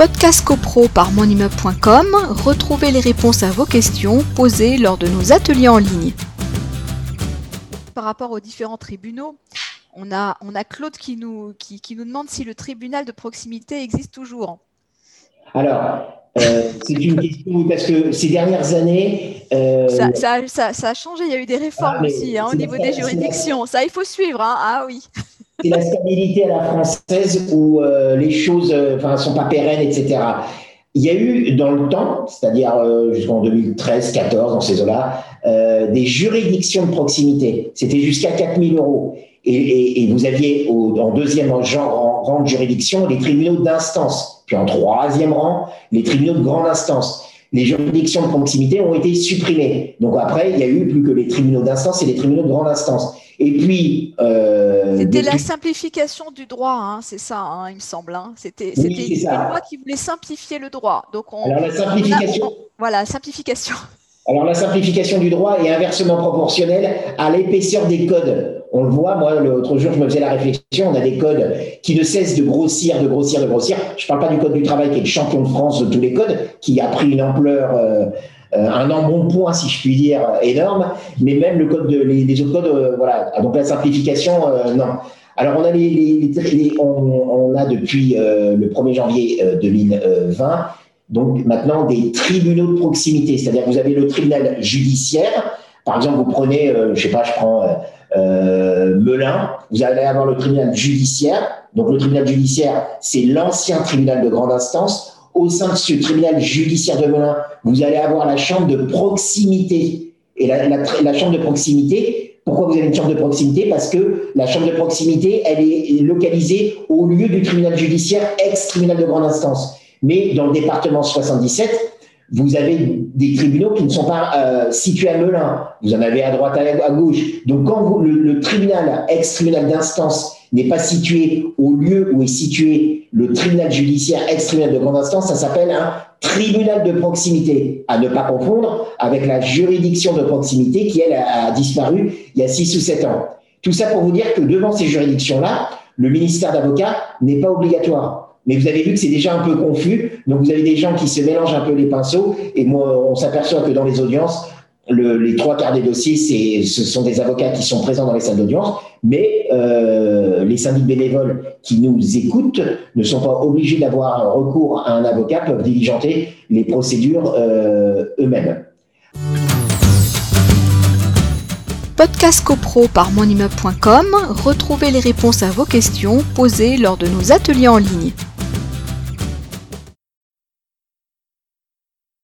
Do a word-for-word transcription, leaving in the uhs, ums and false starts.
Podcast CoPro par monimmeuble point com, retrouvez les réponses à vos questions posées lors de nos ateliers en ligne. Par rapport aux différents tribunaux, on a, on a Claude qui nous, qui, qui nous demande si le tribunal de proximité existe toujours. Alors, euh, c'est une question parce que ces dernières années… Euh, ça, ça, ça, ça a changé, il y a eu des réformes ah, aussi hein, au niveau des juridictions. La... Ça, il faut suivre. Hein. Ah oui. C'est la stabilité à la française où euh, les choses ne euh, sont pas pérennes, et cetera. Il y a eu dans le temps, c'est-à-dire euh, jusqu'en deux mille treize quatorze, dans ces eaux-là, euh, des juridictions de proximité. C'était jusqu'à quatre mille euros. Et, et, et vous aviez au, en deuxième genre, rang de juridiction les tribunaux d'instance. Puis en troisième rang, les tribunaux de grande instance. Les juridictions de proximité ont été supprimées. Donc après, il n'y a eu plus que les tribunaux d'instance et les tribunaux de grande instance. Et puis… Euh, c'était depuis... la simplification du droit, hein, c'est ça, hein, il me semble. Hein. C'était oui, une loi qui voulait simplifier le droit. Donc on, Alors la simplification… on a, on, voilà, simplification. Alors la simplification du droit est inversement proportionnelle à l'épaisseur des codes. On le voit, moi, l'autre jour, je me faisais la réflexion, on a des codes qui ne cessent de grossir, de grossir, de grossir. Je ne parle pas du code du travail qui est le champion de France de tous les codes, qui a pris une ampleur, euh, un embonpoint, si je puis dire, énorme, mais même le code de, les, les autres codes, euh, voilà. Donc la simplification, euh, non. Alors on a, les, les, les, on, on a depuis euh, le premier janvier deux mille vingt, donc maintenant des tribunaux de proximité, c'est-à-dire que vous avez le tribunal judiciaire. Par exemple, vous prenez, euh, je sais pas, je prends euh, euh, Melun, vous allez avoir le tribunal judiciaire. Donc le tribunal judiciaire, c'est l'ancien tribunal de grande instance. Au sein de ce tribunal judiciaire de Melun, vous allez avoir la chambre de proximité. Et la, la, la chambre de proximité, pourquoi vous avez une chambre de proximité? Parce que la chambre de proximité, elle est localisée au lieu du tribunal judiciaire, ex-tribunal de grande instance. Mais dans le département soixante-dix-sept, vous avez des tribunaux qui ne sont pas euh, situés à Melun. Vous en avez à droite, à, à gauche. Donc, quand vous, le, le tribunal, ex-tribunal d'instance, n'est pas situé au lieu où est situé le tribunal judiciaire, ex-tribunal de grande instance, ça s'appelle un tribunal de proximité, à ne pas confondre avec la juridiction de proximité qui, elle, a, a disparu il y a six ou sept ans. Tout ça pour vous dire que devant ces juridictions-là, le ministère d'avocat n'est pas obligatoire. Mais vous avez vu que c'est déjà un peu confus, donc vous avez des gens qui se mélangent un peu les pinceaux, et moi, on s'aperçoit que dans les audiences, le, les trois quarts des dossiers, c'est, ce sont des avocats qui sont présents dans les salles d'audience, mais euh, les syndics bénévoles qui nous écoutent ne sont pas obligés d'avoir recours à un avocat, peuvent diligenter les procédures euh, eux-mêmes. Podcast CoPro par monimmeuble point com, retrouvez les réponses à vos questions posées lors de nos ateliers en ligne.